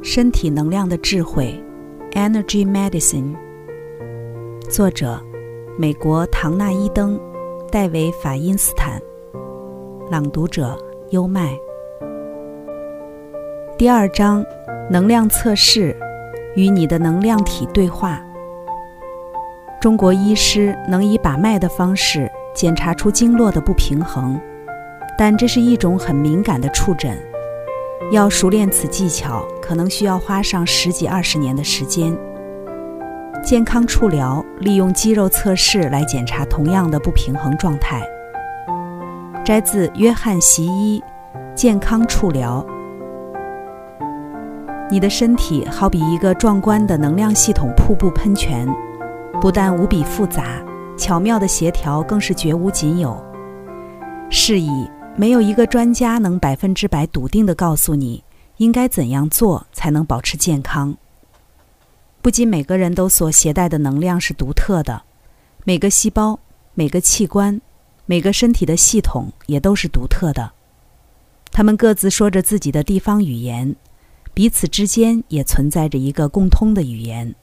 身体能量的智慧 Energy Medicine， 作者美国唐纳伊登、戴维法因斯坦，朗读者优麦。第2章，能量测试，与你的能量体对话。中国医师能以把脉的方式检查出经络的不平衡，但这是一种很敏感的触诊，要熟练此技巧可能需要花上10几20年的时间。健康触疗利用肌肉测试来检查同样的不平衡状态。摘自约翰习医健康触疗。你的身体好比一个壮观的能量系统瀑布喷泉，不但无比复杂，巧妙的协调更是绝无仅有。是以没有一个专家能100%笃定地告诉你应该怎样做才能保持健康。不仅每个人都所携带的能量是独特的，每个细胞、每个器官、每个身体的系统也都是独特的。他们各自说着自己的地方语言，彼此之间也存在着一个共通的语言。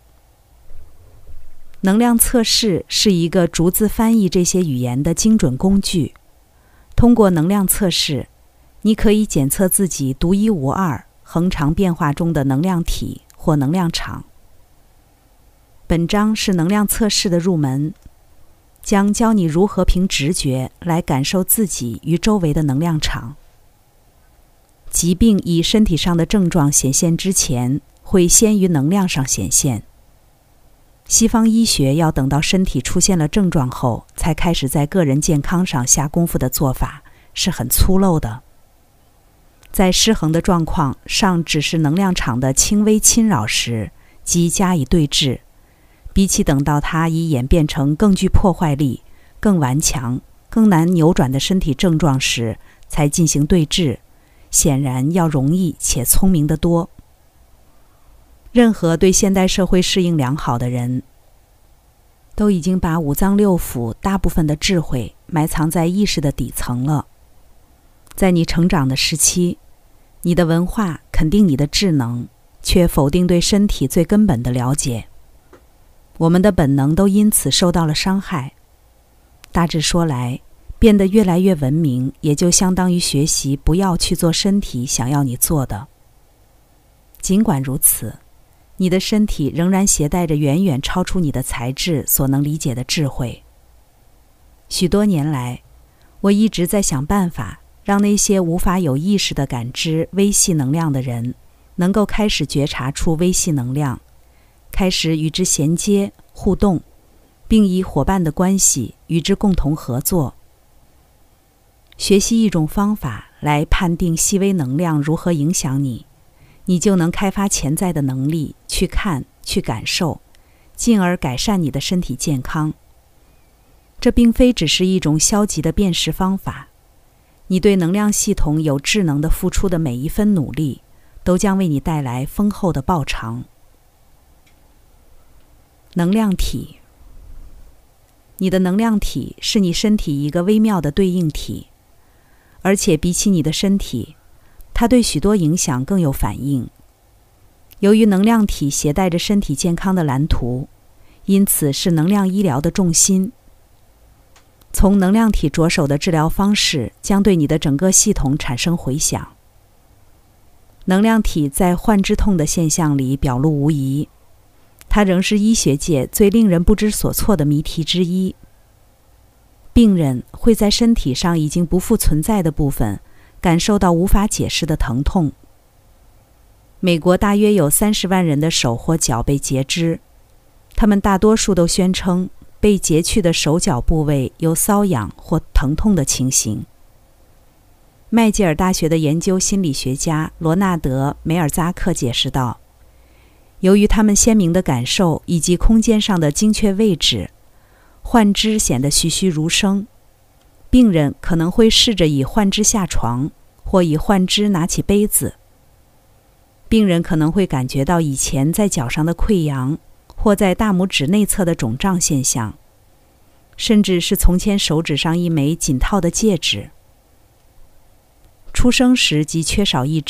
能量测试是一个逐字翻译这些语言的精准工具。通过能量测试，你可以检测自己独一无二、恒常变化中的能量体或能量场。本章是能量测试的入门，将教你如何凭直觉来感受自己与周围的能量场。疾病以身体上的症状显现之前，会先于能量上显现。西方医学要等到身体出现了症状后，才开始在个人健康上下功夫的做法，是很粗陋的。在失衡的状况尚只是能量场的轻微侵扰时，即加以对治，比起等到它已演变成更具破坏力、更顽强、更难扭转的身体症状时才进行对治，显然要容易且聪明得多。任何对现代社会适应良好的人，都已经把五脏六腑大部分的智慧埋藏在意识的底层了。在你成长的时期，你的文化肯定你的智能，却否定对身体最根本的了解。我们的本能都因此受到了伤害。大致说来，变得越来越文明，也就相当于学习不要去做身体想要你做的。尽管如此，你的身体仍然携带着远远超出你的才智所能理解的智慧。许多年来，我一直在想办法，让那些无法有意识地感知微细能量的人，能够开始觉察出微细能量，开始与之衔接、互动，并以伙伴的关系与之共同合作。学习一种方法来判定细微能量如何影响你，你就能开发潜在的能力去看、去感受，进而改善你的身体健康。这并非只是一种消极的辨识方法，你对能量系统有智能的付出的每一分努力，都将为你带来丰厚的报偿。能量体，你的能量体是你身体一个微妙的对应体，而且比起你的身体，它对许多影响更有反应。由于能量体携带着身体健康的蓝图，因此是能量医疗的重心。从能量体着手的治疗方式将对你的整个系统产生回响。能量体在幻肢痛的现象里表露无遗，它仍是医学界最令人不知所措的谜题之一。病人会在身体上已经不复存在的部分感受到无法解释的疼痛。美国大约有30万人的手或脚被截肢，他们大多数都宣称被截去的手脚部位有瘙痒或疼痛的情形。麦吉尔大学的研究心理学家罗纳德·梅尔扎克解释道，由于他们鲜明的感受以及空间上的精确位置，幻肢显得栩栩如生。病人可能会试着以幻肢下床，或以幻肢拿起杯子。病人可能会感觉到以前在脚上的溃疡，或在大拇指内侧的肿胀现象，甚至是从前手指上一枚紧套的戒指。出生时即缺少一只，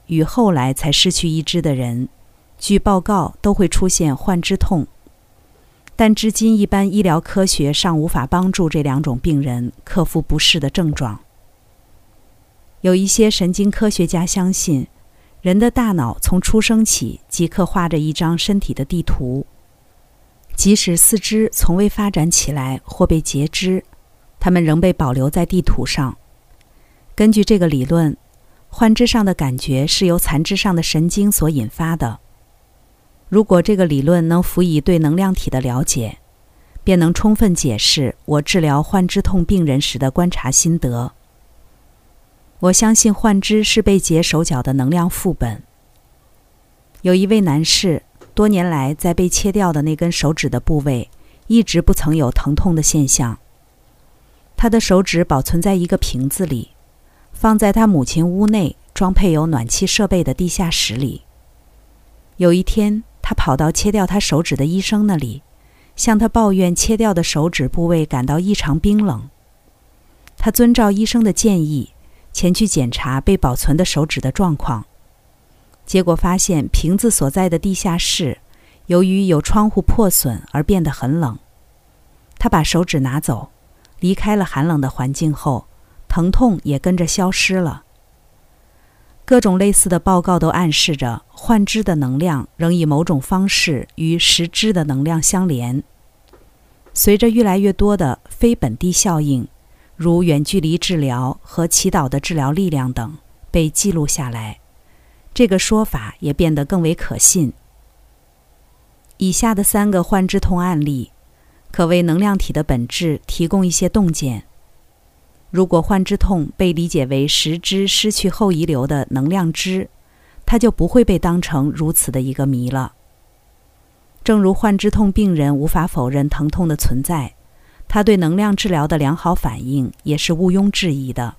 与后来才失去一只的人，据报告都会出现幻肢痛，但至今一般医疗科学尚无法帮助这两种病人克服不适的症状。有一些神经科学家相信，人的大脑从出生起即刻画着一张身体的地图，即使四肢从未发展起来或被截肢，它们仍被保留在地图上。根据这个理论，幻肢上的感觉是由残肢上的神经所引发的。如果这个理论能辅以对能量体的了解，便能充分解释我治疗幻肢痛病人时的观察心得。我相信幻肢是被截手脚的能量副本。有一位男士，多年来在被切掉的那根手指的部位一直不曾有疼痛的现象。他的手指保存在一个瓶子里，放在他母亲屋内装配有暖气设备的地下室里。有一天，他跑到切掉他手指的医生那里，向他抱怨切掉的手指部位感到异常冰冷。他遵照医生的建议，前去检查被保存的手指的状况，结果发现瓶子所在的地下室由于有窗户破损而变得很冷。他把手指拿走，离开了寒冷的环境后，疼痛也跟着消失了。各种类似的报告都暗示着幻肢的能量仍以某种方式与实肢的能量相连。随着越来越多的非本地效应，如远距离治疗和祈祷的治疗力量等被记录下来，这个说法也变得更为可信。以下的3个幻肢痛案例可为能量体的本质提供一些洞见。如果幻肢痛被理解为实肢失去后遗留的能量肢，它就不会被当成如此的一个谜了。正如幻肢痛病人无法否认疼痛的存在，他对能量治疗的良好反应也是毋庸置疑的。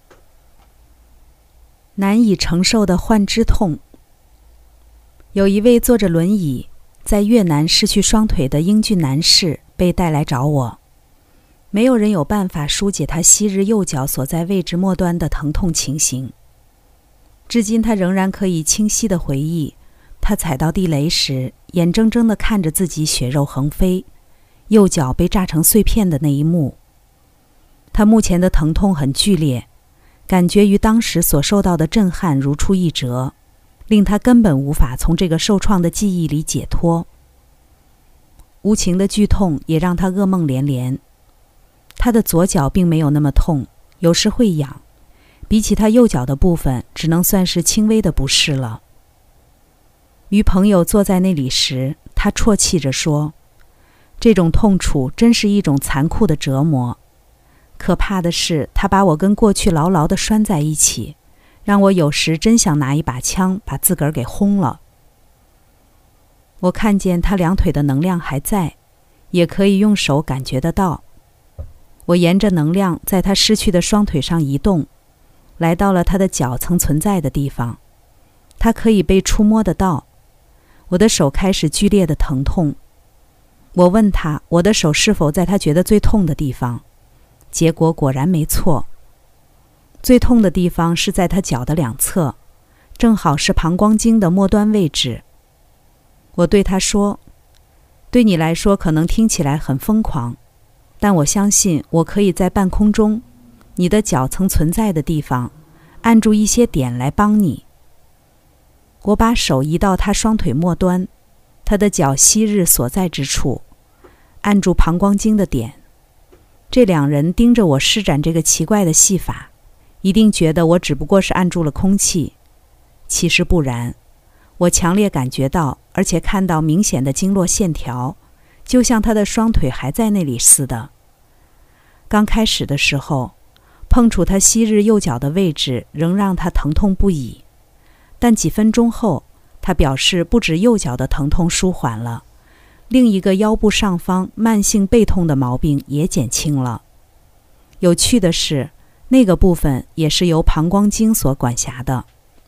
难以承受的幻肢痛。有一位坐着轮椅在越南失去双腿的英俊男士被带来找我，没有人有办法疏解他昔日右脚所在位置末端的疼痛情形。至今他仍然可以清晰地回忆，他踩到地雷时，眼睁睁地看着自己血肉横飞，右脚被炸成碎片的那一幕。他目前的疼痛很剧烈，感觉与当时所受到的震撼如出一辙，令他根本无法从这个受创的记忆里解脱。无情的剧痛也让他噩梦连连。他的左脚并没有那么痛，有时会痒，比起他右脚的部分，只能算是轻微的不适了。与朋友坐在那里时，他啜泣着说，这种痛楚真是一种残酷的折磨。可怕的是，他把我跟过去牢牢地拴在一起，让我有时真想拿一把枪把自个儿给轰了。我看见他两腿的能量还在，也可以用手感觉得到。我沿着能量在他失去的双腿上移动，来到了他的脚曾存在的地方，他可以被触摸得到。我的手开始剧烈的疼痛。我问他，我的手是否在他觉得最痛的地方？结果果然没错。最痛的地方是在他脚的两侧，正好是膀胱经的末端位置。我对他说，对你来说可能听起来很疯狂，但我相信我可以在半空中，你的脚曾存在的地方，按住一些点来帮你。我把手移到他双腿末端，他的脚昔日所在之处，按住膀胱经的点。这两人盯着我施展这个奇怪的戏法，一定觉得我只不过是按住了空气。其实不然，我强烈感觉到，而且看到明显的经络线条，就像他的双腿还在那里似的。刚开始的时候，碰触他昔日右脚的位置仍让他疼痛不已，但几分钟后，他表示不止右脚的疼痛舒缓了，另一个腰部上方慢性背痛的毛病也减轻了。有趣的是，那个部分也是由膀胱经所管辖的。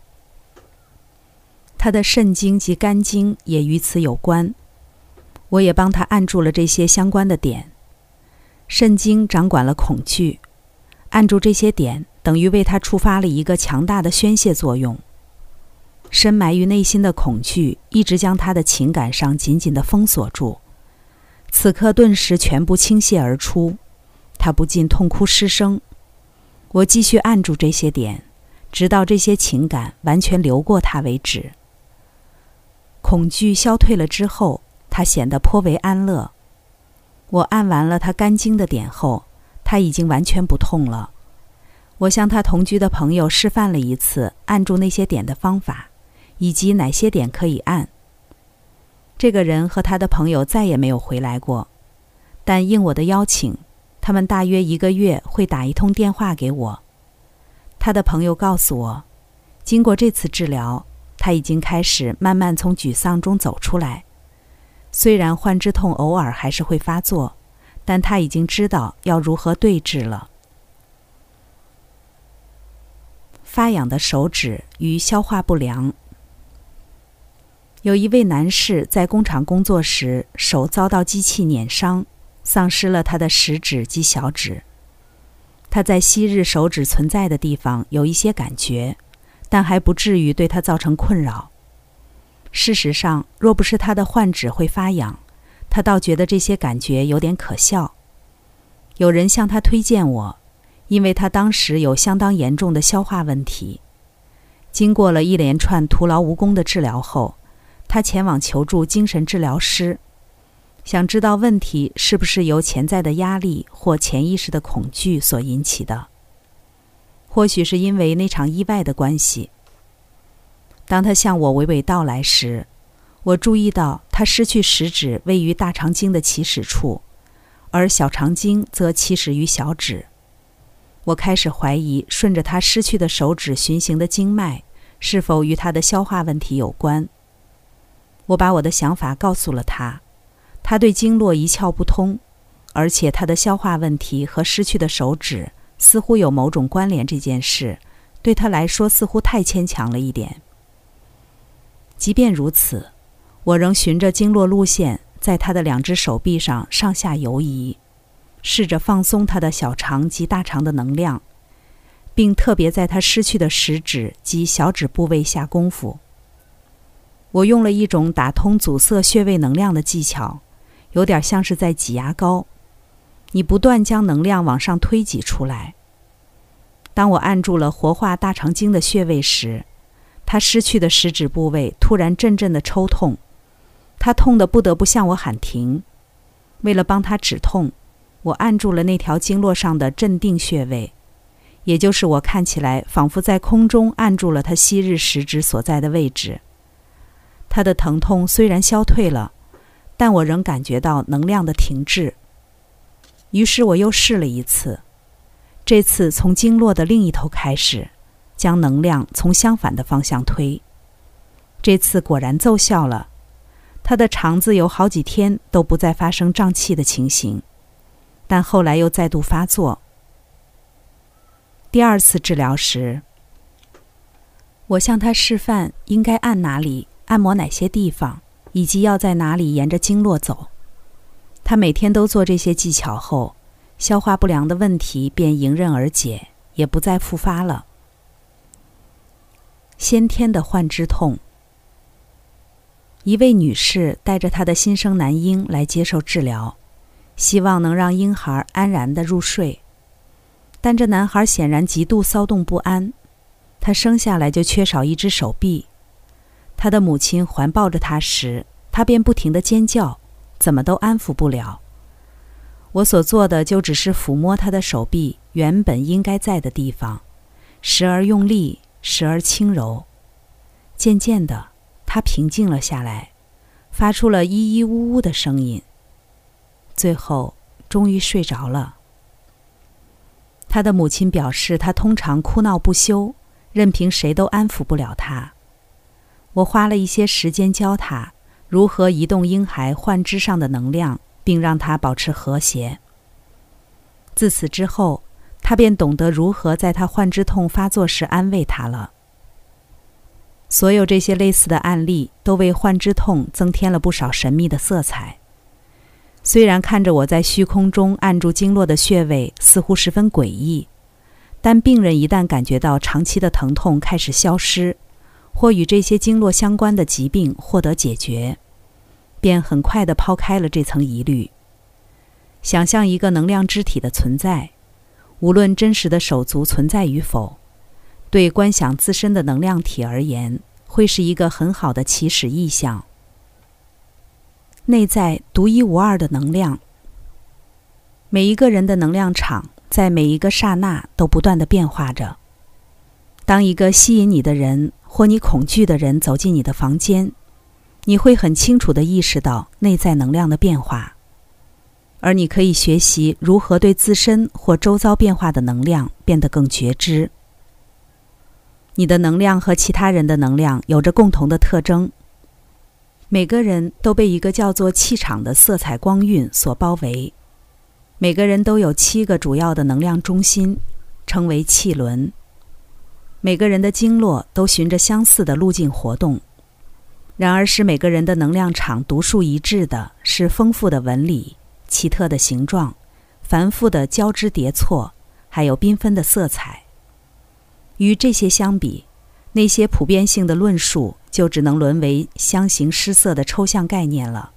他的肾经及肝经也与此有关，我也帮他按住了这些相关的点。肾经掌管了恐惧，按住这些点等于为他触发了一个强大的宣泄作用。 深埋于内心的恐惧一直将他的情感上紧紧地封锁住，此刻顿时全部倾泻而出，他不禁痛哭失声。我继续按住这些点，直到这些情感完全流过他为止。恐惧消退了之后，他显得颇为安乐。我按完了他肝经的点后，他已经完全不痛了。我向他同居的朋友示范了一次按住那些点的方法，以及哪些点可以按。这个人和他的朋友再也没有回来过，但应我的邀请，他们大约1个月会打一通电话给我。他的朋友告诉我，经过这次治疗，他已经开始慢慢从沮丧中走出来。虽然幻肢痛偶尔还是会发作，但他已经知道要如何对治了。发痒的手指与消化不良。有一位男士在工厂工作时，手遭到机器碾伤，丧失了他的食指及小指。他在昔日手指存在的地方有一些感觉，但还不至于对他造成困扰。事实上，若不是他的患指会发痒，他倒觉得这些感觉有点可笑。有人向他推荐我，因为他当时有相当严重的消化问题。经过了一连串徒劳无功的治疗后，他前往求助精神治疗师，想知道问题是不是由潜在的压力或潜意识的恐惧所引起的。或许是因为那场意外的关系。当他向我娓娓道来时，我注意到他失去食指位于大肠经的起始处，而小肠经则起始于小指。我开始怀疑顺着他失去的手指循行的经脉是否与他的消化问题有关。我把我的想法告诉了他，他对经络一窍不通，而且他的消化问题和失去的手指似乎有某种关联，这件事对他来说似乎太牵强了一点。即便如此，我仍循着经络路线在他的2只手臂上上下游移，试着放松他的小肠及大肠的能量，并特别在他失去的食指及小指部位下功夫。我用了一种打通阻塞穴位能量的技巧，有点像是在挤牙膏，你不断将能量往上推挤出来。当我按住了活化大肠经的穴位时，他失去的食指部位突然阵阵的抽痛，他痛得不得不向我喊停。为了帮他止痛，我按住了那条经络上的镇定穴位，也就是我看起来仿佛在空中按住了他昔日食指所在的位置。他的疼痛虽然消退了，但我仍感觉到能量的停滞。于是我又试了一次，这次从经络的另一头开始，将能量从相反的方向推。这次果然奏效了，他的肠子有好几天都不再发生胀气的情形，但后来又再度发作。第2次治疗时，我向他示范应该按哪里，按摩哪些地方，以及要在哪里沿着经络走。他每天都做这些技巧后，消化不良的问题便迎刃而解，也不再复发了。先天的幻肢痛。一位女士带着她的新生男婴来接受治疗，希望能让婴孩安然地入睡。但这男孩显然极度骚动不安，他生下来就缺少一只手臂。他的母亲环抱着他时，他便不停地尖叫，怎么都安抚不了。我所做的就只是抚摸他的手臂原本应该在的地方，时而用力，时而轻柔。渐渐的，他平静了下来，发出了咿咿呜呜的声音，最后终于睡着了。他的母亲表示，他通常哭闹不休，任凭谁都安抚不了他。我花了一些时间教他如何移动婴孩幻肢上的能量，并让他保持和谐。自此之后，他便懂得如何在他幻肢痛发作时安慰他了。所有这些类似的案例都为幻肢痛增添了不少神秘的色彩。虽然看着我在虚空中按住经络的穴位似乎十分诡异，但病人一旦感觉到长期的疼痛开始消失， 或与这些经络相关的疾病获得解决，便很快地抛开了这层疑虑。想象一个能量肢体的存在，无论真实的手足存在与否，对观想自身的能量体而言，会是一个很好的起始意象。内在独一无二的能量，每一个人的能量场在每一个刹那都不断地变化着。当一个吸引你的人或你恐惧的人走进你的房间，你会很清楚地意识到内在能量的变化，而你可以学习如何对自身或周遭变化的能量变得更觉知。你的能量和其他人的能量有着共同的特征，每个人都被一个叫做气场的色彩光晕所包围。每个人都有7个主要的能量中心，称为气轮。每个人的经络都循着相似的路径活动，然而使每个人的能量场独树一帜的是丰富的纹理、奇特的形状、繁复的交织叠错，还有缤纷的色彩。与这些相比，那些普遍性的论述就只能沦为相形失色的抽象概念了。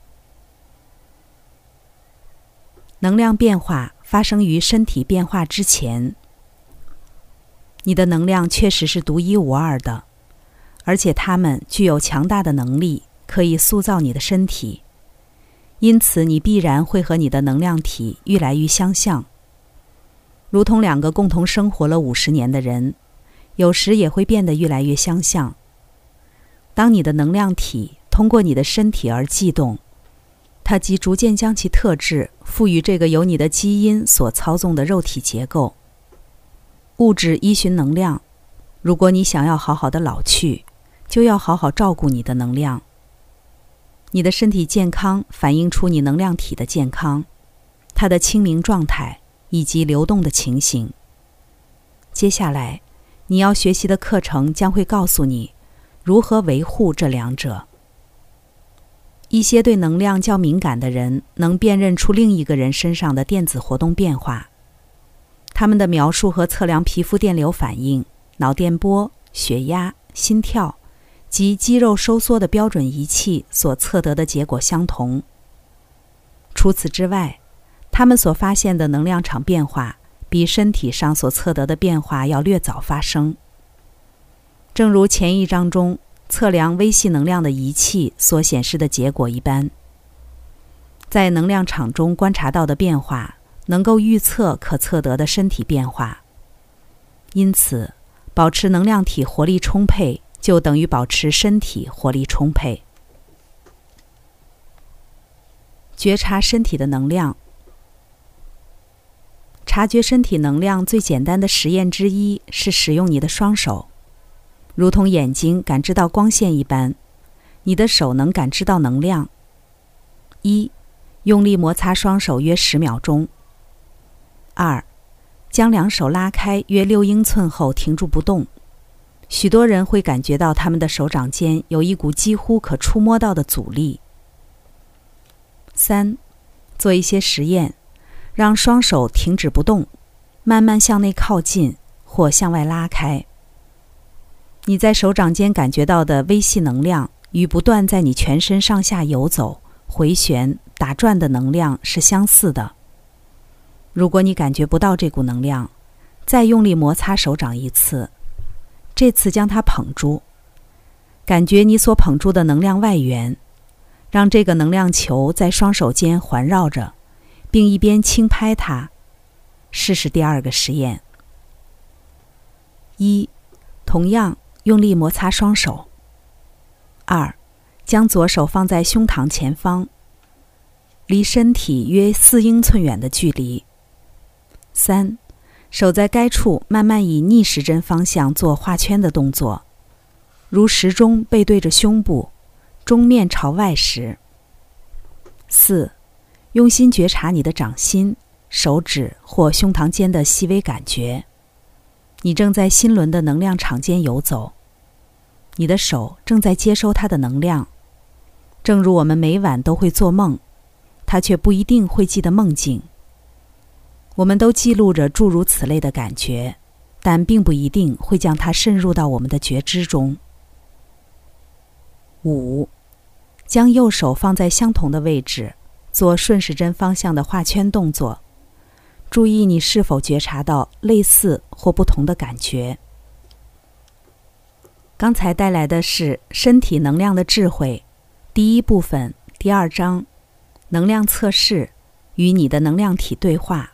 能量变化发生于身体变化之前。你的能量确实是独一无二的，而且它们具有强大的能力，可以塑造你的身体。因此你必然会和你的能量体愈来愈相像，如同2个共同生活了50年的人，有时也会变得愈来越相像。当你的能量体通过你的身体而悸动，它即逐渐将其特质赋予这个由你的基因所操纵的肉体结构。物质依循能量，如果你想要好好的老去，就要好好照顾你的能量。你的身体健康反映出你能量体的健康，它的清明状态以及流动的情形。接下来，你要学习的课程将会告诉你如何维护这2者。一些对能量较敏感的人能辨认出另一个人身上的电子活动变化。他们的描述和测量皮肤电流反应、脑电波、血压、心跳及肌肉收缩的标准仪器所测得的结果相同。除此之外，他们所发现的能量场变化比身体上所测得的变化要略早发生。正如前一章中测量微细能量的仪器所显示的结果一般，在能量场中观察到的变化能够预测可测得的身体变化。因此，保持能量体活力充沛就等于保持身体活力充沛。觉察身体的能量。察觉身体能量最简单的实验之一是使用你的双手，如同眼睛感知到光线一般，你的手能感知到能量。1. 用力摩擦双手约10秒钟。2. 将2手拉开约6英寸后停住不动。许多人会感觉到他们的手掌间有一股几乎可触摸到的阻力。3. 做一些实验，让双手停止不动，慢慢向内靠近或向外拉开。你在手掌间感觉到的微细能量与不断在你全身上下游走、回旋、打转的能量是相似的。如果你感觉不到这股能量，再用力摩擦手掌一次，这次将它捧住，感觉你所捧住的能量外缘，让这个能量球在双手间环绕着，并一边轻拍它。试试第2个实验。1. 同样用力摩擦双手。2. 将左手放在胸膛前方，离身体约4英寸远的距离。3. 手在该处慢慢以逆时针方向做画圈的动作，如时钟背对着胸部，钟面朝外时。4. 用心觉察你的掌心、手指或胸膛间的细微感觉，你正在心轮的能量场间游走，你的手正在接收它的能量。正如我们每晚都会做梦，它却不一定会记得梦境。我们都记录着诸如此类的感觉，但并不一定会将它渗入到我们的觉知中。 5. 将右手放在相同的位置，做顺时针方向的画圈动作。注意你是否觉察到类似或不同的感觉。刚才带来的是身体能量的智慧第1部分第2章，能量测试与你的能量体对话。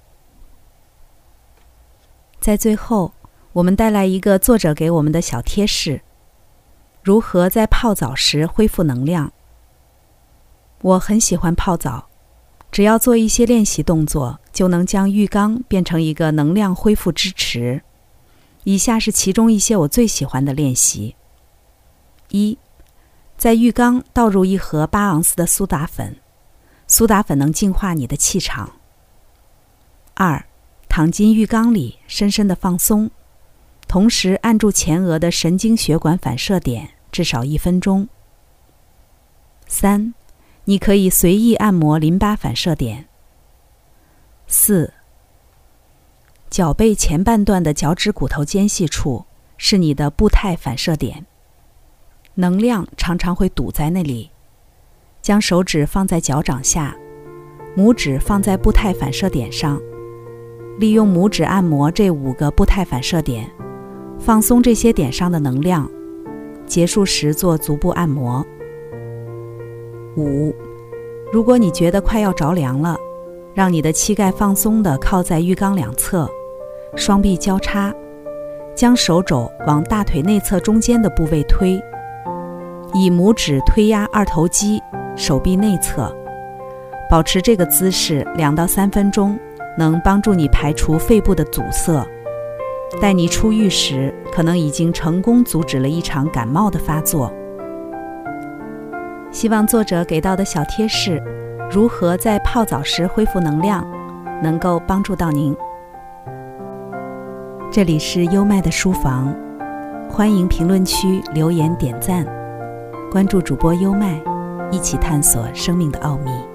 在最后，我们带来一个作者给我们的小贴士：如何在泡澡时恢复能量。我很喜欢泡澡，只要做一些练习动作，就能将浴缸变成一个能量恢复支池。以下是其中一些我最喜欢的练习。1. 在浴缸倒入1盒8盎司的苏打粉，苏打粉能净化你的气场。2. 躺进浴缸里，深深的放松，同时按住前额的神经血管反射点，至少1分钟。3. 你可以随意按摩淋巴反射点。4. 脚背前半段的脚趾骨头间隙处是你的步态反射点，能量常常会堵在那里。将手指放在脚掌下，拇指放在步态反射点上，利用拇指按摩这5个步态反射点，放松这些点上的能量。结束时做足部按摩。5. 如果你觉得快要着凉了，让你的膝盖放松地靠在浴缸两侧，双臂交叉，将手肘往大腿内侧中间的部位推，以拇指推压二头肌、手臂内侧，保持这个姿势2到3分钟，能帮助你排除肺部的阻塞。待你出浴时，可能已经成功阻止了一场感冒的发作。希望作者给到的小贴士，如何在泡澡时恢复能量，能够帮助到您。这里是优麦的书房，欢迎评论区留言点赞，关注主播优麦，一起探索生命的奥秘。